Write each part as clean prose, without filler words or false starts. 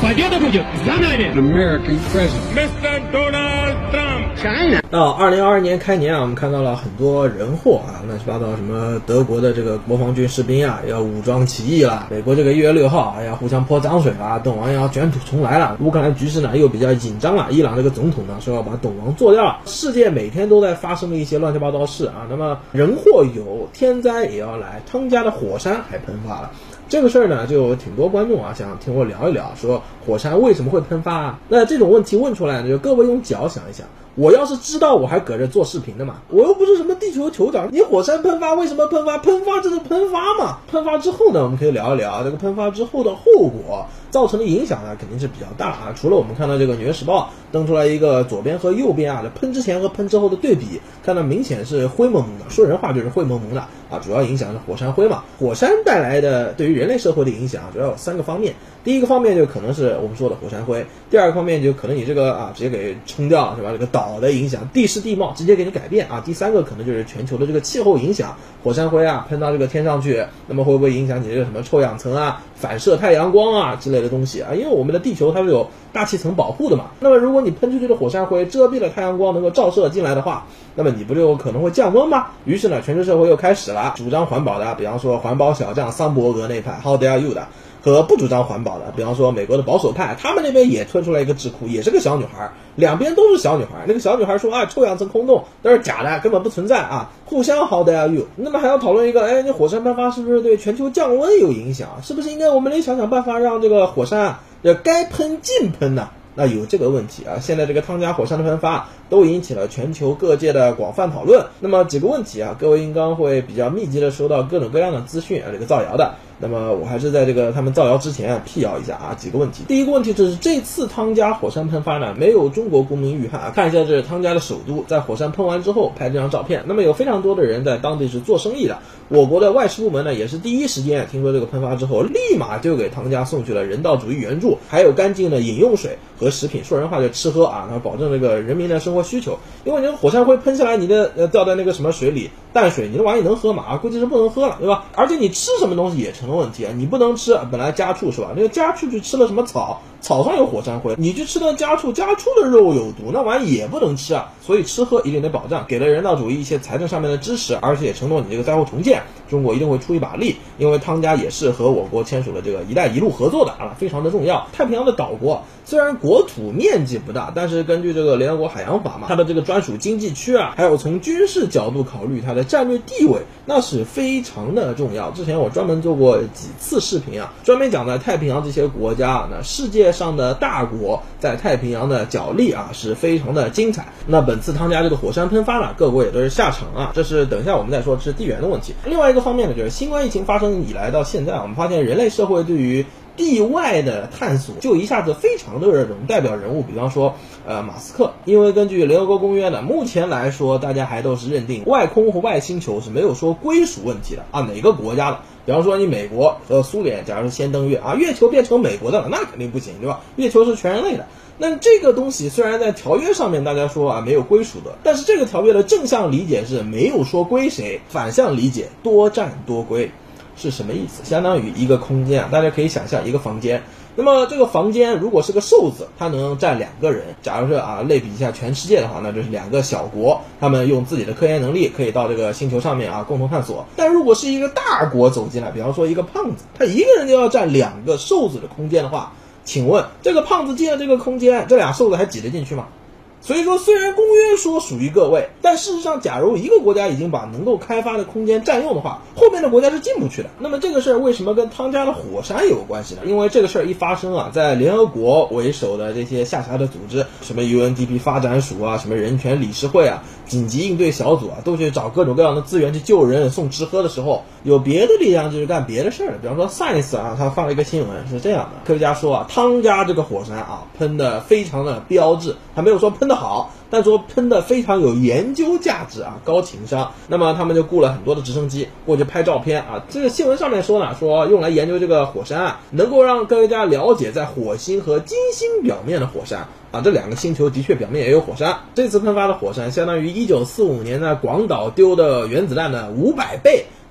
пойдет и будет за нами. American president. Mr. Donald Trump. China. 到2022年开年啊，我们看到了很多人祸啊，乱七八糟，什么德国的这个国防军士兵啊要武装起义了，美国这个1月6号要互相泼脏水了，董王要卷土重来了，乌克兰局势呢又比较紧张了，伊朗这个总统呢说要把董王做掉了，世界每天都在发生的一些乱七八糟事啊。那么人祸有，天灾也要来，汤加的火山还喷发了。这个事儿呢，就有挺多观众啊想听我聊一聊，说火山为什么会喷发啊？那这种问题问出来呢，就各位用脚想一想，我要是知道，我还搁这做视频的嘛，我又不是什么地球酋长，你火山喷发为什么喷发？喷发就是喷发嘛。喷发之后呢，我们可以聊一聊这个喷发之后的后果，造成的影响呢肯定是比较大啊。除了我们看到这个《纽约时报》登出来一个左边和右边啊，喷之前和喷之后的对比，看到明显是灰蒙蒙的，说人话就是灰蒙蒙的啊。主要影响是火山灰嘛。火山带来的对于人类社会的影响主要有3个方面。第一个方面就可能是我们说的火山灰，第二个方面就可能你这个直接给冲掉了是吧？这个岛的影响，地势地貌直接给你改变啊。第三个可能就是全球的这个气候影响，火山灰啊喷到这个天上去，那么会不会影响你这个什么臭氧层啊、反射太阳光啊之类的东西啊？因为我们的地球它是有大气层保护的嘛。那么如果你喷出去的火山灰遮蔽了太阳光能够照射进来的话，那么你不就可能会降温吗？于是呢，全球社会又开始了主张环保的，比方说环保小将桑伯格那派 How dare you 的，和不主张环保的，比方说美国的保守派，他们那边也推出来一个智库，也是个小女孩，两边都是小女孩。那个小女孩说啊，臭氧层空洞那是假的，根本不存在啊，互相 How dare you。那么还要讨论一个，你火山喷发是不是对全球降温有影响？是不是应该我们得想想办法让这个火山啊，该喷尽喷呢？那有这个问题啊，现在这个汤加火山的喷发都引起了全球各界的广泛讨论。那么几个问题啊，各位应当会比较密集的收到各种各样的资讯啊，这个造谣的。那么我还是在这个他们造谣之前辟谣一下啊，几个问题。第一个问题就是这次汤加火山喷发呢，没有中国公民遇害啊。看一下这是汤加的首都，在火山喷完之后拍这张照片。那么有非常多的人在当地是做生意的，我国的外事部门呢也是第一时间听说这个喷发之后，立马就给汤加送去了人道主义援助，还有干净的饮用水和食品，说人话就吃喝啊，然后保证这个人民的生活需求。因为你火山灰喷下来，你的掉在那个什么水里，淡水，你这玩意能喝吗？啊，估计是不能喝了，对吧？而且你吃什么东西也成了问题啊，你不能吃本来家畜是吧？那个家畜去吃了什么草，草上有火山灰，你去吃那家畜，家畜的肉有毒，那玩意也不能吃啊。所以吃喝一定得保障，给了人道主义一些财政上面的支持，而且也承诺你这个灾后重建，中国一定会出一把力。因为汤加也是和我国签署了这个一带一路合作的啊，非常的重要。太平洋的岛国虽然国土面积不大，但是根据这个联合国海洋法嘛，它的这个专属经济区啊，还有从军事角度考虑它的战略地位，那是非常的重要。之前我专门做过几次视频啊，专门讲的太平洋这些国家，那世界上的大国在太平洋的角力啊是非常的精彩。那本次汤加这个火山喷发呢，各国也都是下场啊，这是等一下我们再说，这是地缘的问题。另外一个方面呢，就是新冠疫情发生以来到现在，我们发现人类社会对于地外的探索就一下子非常的热衷，代表人物比方说马斯克，因为根据联合国公约呢，目前来说大家还都是认定外空和外星球是没有说归属问题的啊，哪个国家的，比方说你美国和苏联假如先登月啊，月球变成美国的了，那肯定不行，对吧？月球是全人类的。那这个东西虽然在条约上面大家说啊没有归属的，但是这个条约的正向理解是没有说归谁，反向理解多占多归。是什么意思？相当于一个空间啊，大家可以想象一个房间。那么这个房间如果是个瘦子，它能占2个人。假如说类比一下全世界的话，那就是2个小国，他们用自己的科研能力可以到这个星球上面啊共同探索。但如果是一个大国走进来，比方说一个胖子，他一个人就要占2个瘦子的空间的话，请问这个胖子进了这个空间，这俩瘦子还挤得进去吗？所以说虽然公约说属于各位，但事实上假如一个国家已经把能够开发的空间占用的话，后面的国家是进不去的。那么这个事儿为什么跟汤加的火山有关系呢？因为这个事儿一发生啊，在联合国为首的这些下辖的组织，什么 UNDP 发展署啊，什么人权理事会啊，紧急应对小组啊，都去找各种各样的资源去救人送吃喝的时候，有别的力量就是干别的事儿的。比方说 Science 啊，他放了一个新闻是这样的，科学家说啊，汤加这个火山啊喷的非常的标志，他没有说喷的好，但说喷的非常有研究价值啊，高情商。那么他们就雇了很多的直升机过去拍照片啊。这个新闻上面说呢，说用来研究这个火山啊，能够让科学家了解在火星和金星表面的火山啊，这2个星球的确表面也有火山。这次喷发的火山相当于1945年呢广岛丢的原子弹的500倍。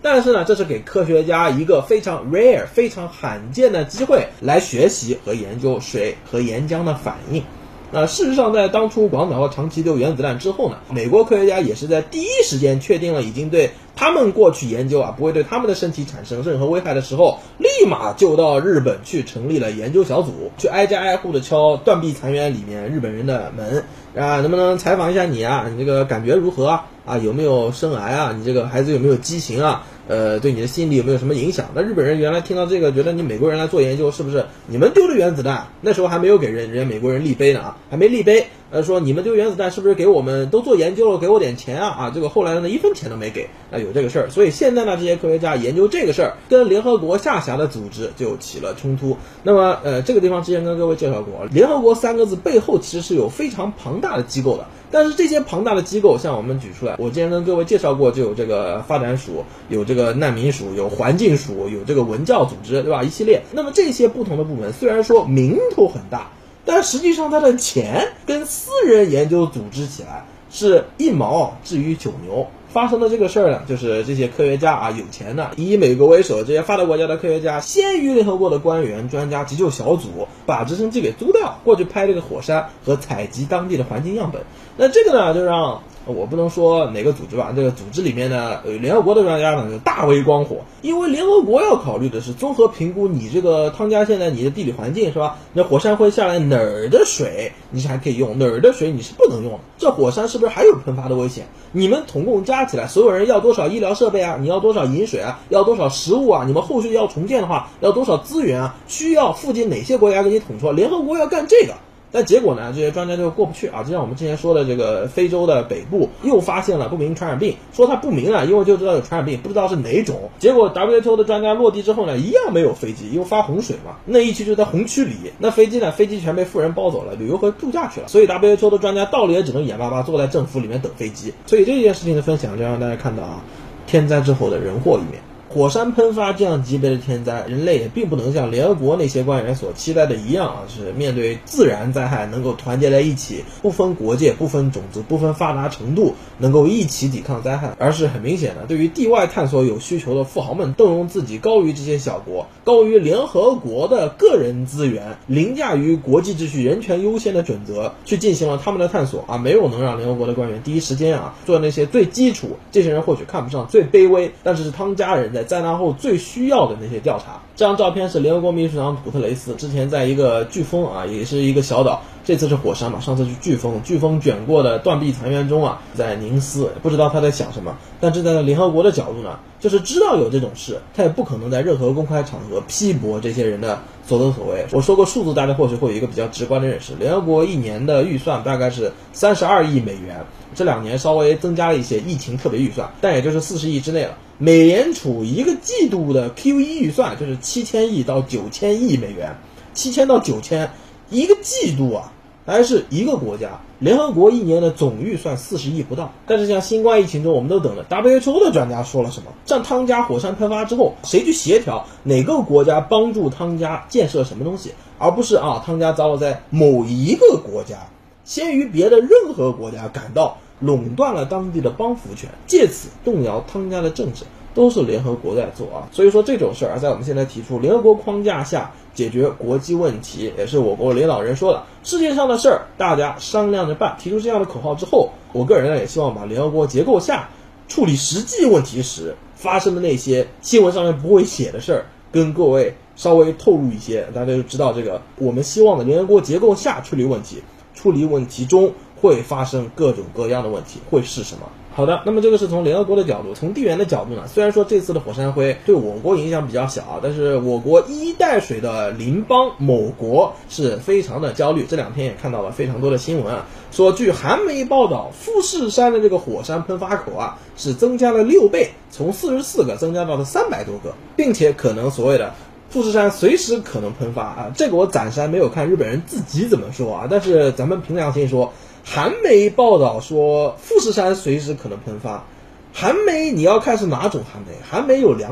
但是呢，这是给科学家一个非常 rare 非常罕见的机会来学习和研究水和岩浆的反应。事实上在当初广岛和长崎丢原子弹之后呢，美国科学家也是在第一时间确定了已经对他们过去研究不会对他们的身体产生任何危害的时候，立马就到日本去成立了研究小组，去挨家挨户的敲断壁残垣里面日本人的门能不能采访一下你你这个感觉如何有没有生癌你这个孩子有没有畸形对你的心理有没有什么影响？那日本人原来听到这个，觉得你美国人来做研究，是不是你们丢了原子弹？那时候还没有给人家美国人立碑呢还没立碑。说你们丢原子弹是不是给我们都做研究了，给我点钱这个后来呢1分钱都没给。有这个事儿，所以现在呢这些科学家研究这个事儿，跟联合国下辖的组织就起了冲突。那么这个地方之前跟各位介绍过，联合国3个字背后其实是有非常庞大的机构的。但是这些庞大的机构，像我们举出来，我之前跟各位介绍过，就有这个发展署，有这个难民署，有环境署，有这个文教组织，对吧？一系列。那么这些不同的部门虽然说名头很大，但实际上它的钱跟私人研究组织起来是1毛至于9牛。发生的这个事儿呢，就是这些科学家有钱的，以美国为首，这些发达国家的科学家先于联合国的官员、专家急救小组把直升机给租掉，过去拍这个火山和采集当地的环境样本。那这个呢，就让我不能说哪个组织吧，这个组织里面呢，联合国的专家呢就大为光火，因为联合国要考虑的是综合评估你这个汤加现在你的地理环境是吧？那火山会下来哪儿的水你是还可以用，哪儿的水你是不能用的，这火山是不是还有喷发的危险？你们统共加起来所有人要多少医疗设备你要多少饮水要多少食物你们后续要重建的话要多少资源需要附近哪些国家给你统筹？联合国要干这个。但结果呢，这些专家就过不去就像我们之前说的这个非洲的北部又发现了不明传染病，说它不明因为就知道有传染病，不知道是哪种。结果 WHO 的专家落地之后呢，一样没有飞机，因为发洪水嘛，那一区就在红区里，那飞机全被富人包走了，旅游和度假去了。所以 WHO 的专家到了也只能眼巴巴坐在政府里面等飞机。所以这件事情的分享就让大家看到天灾之后的人祸一面。火山喷发这样级别的天灾，人类也并不能像联合国那些官员所期待的一样是面对自然灾害能够团结在一起，不分国界、不分种族、不分发达程度，能够一起抵抗灾害。而是很明显的，对于地外探索有需求的富豪们，动用自己高于这些小国、高于联合国的个人资源，凌驾于国际秩序人权优先的准则，去进行了他们的探索没有能让联合国的官员第一时间做那些最基础，这些人或许看不上最卑微，但是汤加人在灾难后最需要的那些调查。这张照片是联合国秘书长古特雷斯之前在一个飓风也是一个小岛，这次是火山嘛，上次是飓风卷过的断壁残垣中在凝思，不知道他在想什么。但是在联合国的角度呢，就是知道有这种事，他也不可能在任何公开场合批驳这些人的所作所为。我说过数字，大家或许会有一个比较直观的认识，联合国1年的预算大概是32亿美元，这2年稍微增加了一些疫情特别预算，但也就是40亿之内了。美联储一个季度的 Q1 预算就是7000亿到9000亿美元，7000到9000一个季度还是一个国家。联合国1年的总预算40亿不到。但是像新冠疫情中我们都等着 WHO 的专家说了什么，像汤加火山喷发之后谁去协调哪个国家帮助汤加建设什么东西，而不是汤加遭了在某一个国家先于别的任何国家感到垄断了当地的帮扶权，借此动摇汤加的政治，都是联合国在做所以说这种事在我们现在提出联合国框架下解决国际问题，也是我国领导人说的世界上的事儿大家商量着办。提出这样的口号之后，我个人呢也希望把联合国结构下处理实际问题时发生的那些新闻上面不会写的事儿跟各位稍微透露一些，大家就知道这个我们希望的联合国结构下处理问题，处理问题中会发生各种各样的问题，会是什么？好的，那么这个是从联合国的角度。从地缘的角度呢，虽然说这次的火山灰对我国影响比较小但是我国一带水的邻邦某国是非常的焦虑。这2天也看到了非常多的新闻说据韩媒报道，富士山的这个火山喷发口是增加了6倍，从44个增加到了300多个，并且可能所谓的富士山随时可能喷发这个我暂时还没有看日本人自己怎么说但是咱们凭良心说，韩媒报道说富士山随时可能喷发，韩媒你要看是哪种韩媒，韩媒有2种，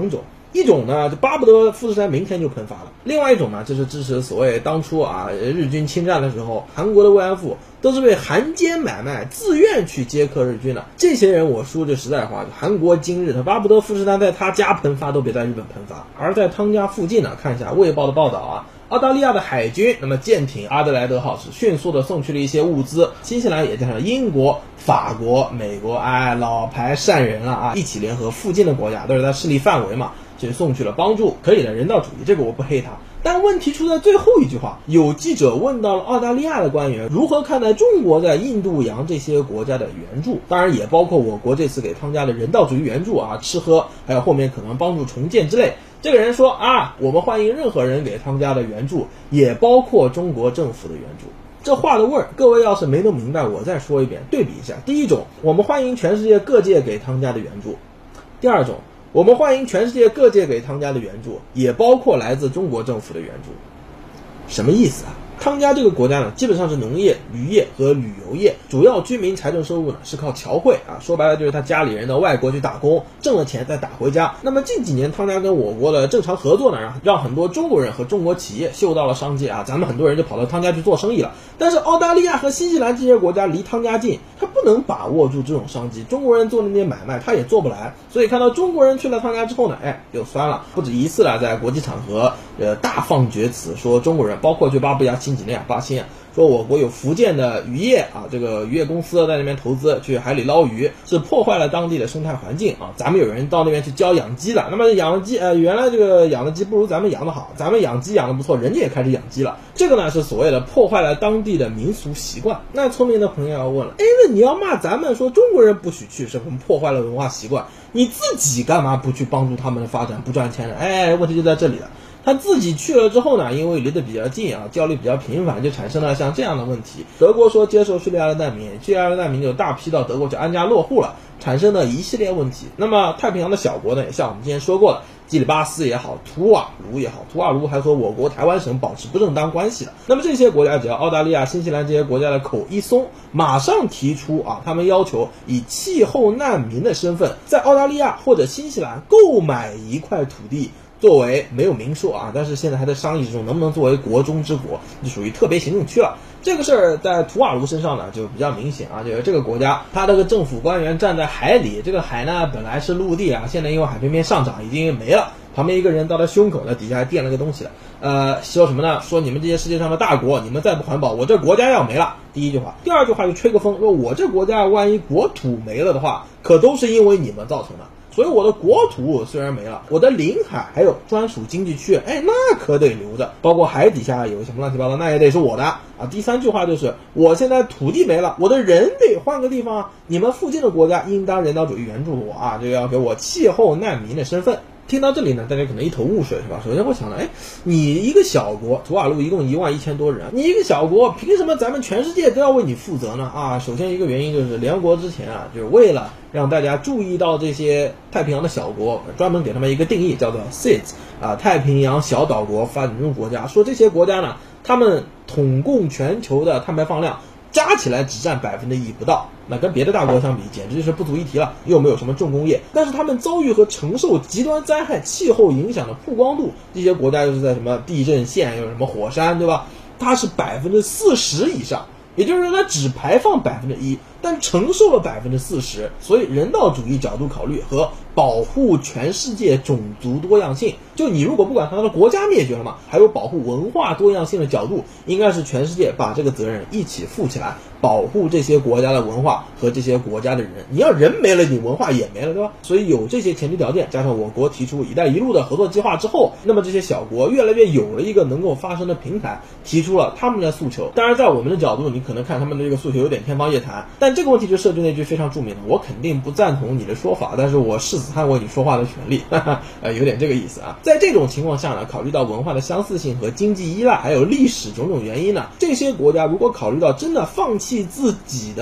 一种呢，就巴不得富士山明天就喷发了；另外一种呢，就是支持所谓当初日军侵占的时候，韩国的慰安妇都是为韩奸买卖，自愿去接克日军的。这些人我说句实在话，韩国今日他巴不得富士山在他家喷发，都别在日本喷发。而在汤加附近呢，看一下《卫报》的报道澳大利亚的海军那么舰艇阿德莱德号是迅速的送去了一些物资，新西兰也加上英国、法国、美国，老牌善人了一起联合附近的国家，都是在势力范围嘛，就送去了帮助，可以的，人道主义，这个我不黑他。但问题出在最后一句话，有记者问到了澳大利亚的官员如何看待中国在印度洋这些国家的援助，当然也包括我国这次给汤加的人道主义援助吃喝，还有后面可能帮助重建之类。这个人说我们欢迎任何人给汤加的援助，也包括中国政府的援助。这话的味儿，各位要是没弄明白，我再说一遍，对比一下。第一种，我们欢迎全世界各界给汤加的援助；第二种，我们欢迎全世界各界给汤加的援助，也包括来自中国政府的援助。什么意思啊？汤加这个国家呢，基本上是农业、渔业和旅游业，主要居民财政收入呢是靠侨汇说白了就是他家里人到外国去打工，挣了钱再打回家。那么近几年汤加跟我国的正常合作呢，让很多中国人和中国企业嗅到了商机咱们很多人就跑到汤加去做生意了。但是澳大利亚和新西兰这些国家离汤加近，他不能把握住这种商机，中国人做那些买卖他也做不来，所以看到中国人去了汤加之后呢，就酸了，不止一次了，在国际场合大放厥词，说中国人，包括去巴布亚新几内亚巴新说我国有福建的渔业这个渔业公司在那边投资去海里捞鱼，是破坏了当地的生态环境咱们有人到那边去教养鸡了，那么养了鸡原来这个养的鸡不如咱们养的好，咱们养鸡养的不错，人家也开始养鸡了，这个呢是所谓的破坏了当地的民俗习惯。那聪明的朋友要问了，那你要骂咱们说中国人不许去，是我们破坏了文化习惯，你自己干嘛不去帮助他们的发展，不赚钱呢？问题就在这里了。他自己去了之后呢，因为离得比较近交流比较频繁，就产生了像这样的问题。德国说接受叙利亚的难民，叙利亚的难民就大批到德国去安家落户了，产生了一系列问题。那么太平洋的小国呢，也像我们之前说过的，基里巴斯也好，图瓦卢也好，图瓦卢还和我国台湾省保持不正当关系的。那么这些国家只要澳大利亚、新西兰这些国家的口一松，马上提出他们要求以气候难民的身份，在澳大利亚或者新西兰购买一块土地，作为没有明说但是现在还在商议之中，能不能作为国中之国，就属于特别行政区了。这个事儿在图瓦卢身上呢就比较明显就是这个国家它这个政府官员站在海里，这个海呢本来是陆地现在因为海平面上涨已经没了，旁边一个人到他胸口呢底下还垫了个东西了说什么呢？说你们这些世界上的大国，你们再不环保，我这国家要没了。第一句话。第二句话就吹个风，说我这国家万一国土没了的话，可都是因为你们造成的。所以我的国土虽然没了，我的领海还有专属经济区那可得留着，包括海底下有什么乱七八糟，那也得是我的第三句话就是我现在土地没了，我的人得换个地方你们附近的国家应当人道主义援助我就要给我气候难民的身份。听到这里呢，大家可能一头雾水，是吧？首先我想了，你一个小国，图瓦卢一共11000多人，你一个小国，凭什么咱们全世界都要为你负责呢？首先一个原因就是联合国之前就是为了让大家注意到这些太平洋的小国，专门给他们一个定义，叫做 SIDS 太平洋小岛国发展中国家，说这些国家呢，他们统共全球的碳排放量加起来只占1%不到，那跟别的大国相比简直就是不足一提了，又没有什么重工业，但是他们遭遇和承受极端灾害气候影响的曝光度，这些国家又是在什么地震线，又有什么火山，对吧？它是40%以上，也就是说它只排放1%，但承受了40%，所以人道主义角度考虑和保护全世界种族多样性，就你如果不管它的国家灭绝了嘛，还有保护文化多样性的角度，应该是全世界把这个责任一起负起来，保护这些国家的文化和这些国家的人。你要人没了，你文化也没了，对吧？所以有这些前提条件，加上我国提出一带一路的合作计划之后，那么这些小国越来越有了一个能够发声的平台，提出了他们的诉求。当然在我们的角度，你可能看他们的这个诉求有点天方夜谭，但这个问题就涉及那句非常著名的，我肯定不赞同你的说法，但是我誓死捍卫你说话的权利，有点这个意思在这种情况下呢，考虑到文化的相似性和经济依赖还有历史种种原因呢，这些国家如果考虑到真的放弃自己的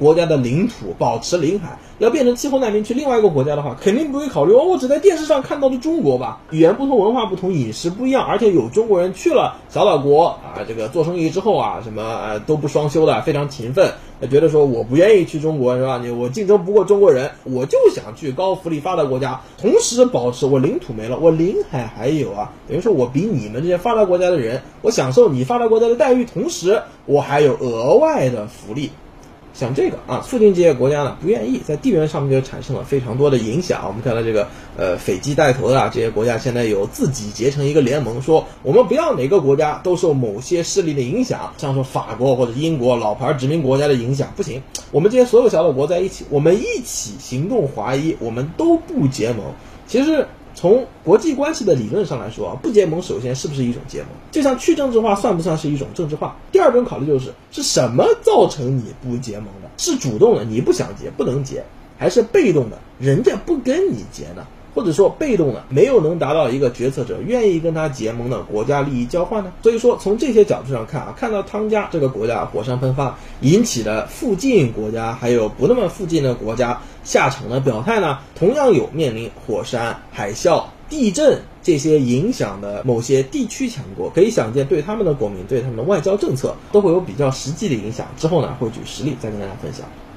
国家的领土，保持领海。要变成气候难民去另外一个国家的话，肯定不会考虑我只在电视上看到的中国吧，语言不同，文化不同，饮食不一样，而且有中国人去了小岛国啊，这个做生意之后啊，什么都不双休的，非常勤奋，觉得说我不愿意去中国是吧？我竞争不过中国人，我就想去高福利发达国家，同时保持我领土没了，我领海还有啊，等于说我比你们这些发达国家的人，我享受你发达国家的待遇，同时我还有额外的福利。像这个啊，促进这些国家呢不愿意，在地缘上面就产生了非常多的影响。我们看到这个斐济带头的这些国家现在有自己结成一个联盟，说我们不要哪个国家都受某些势力的影响，像说法国或者英国老牌殖民国家的影响不行，我们这些所有小岛国在一起，我们一起行动划一，我们都不结盟。其实从国际关系的理论上来说啊，不结盟首先是不是一种结盟？就像去政治化算不算是一种政治化？第二种考虑是什么造成你不结盟的？是主动的你不想结不能结，还是被动的人家不跟你结呢？或者说被动的没有能达到一个决策者愿意跟他结盟的国家利益交换呢？所以说从这些角度上看啊，看到汤加这个国家火山喷发引起的附近国家还有不那么附近的国家下场的表态呢，同样有面临火山、海啸、地震这些影响的某些地区强国，可以想见对他们的国民对他们的外交政策都会有比较实际的影响。之后呢会举实例再跟大家分享。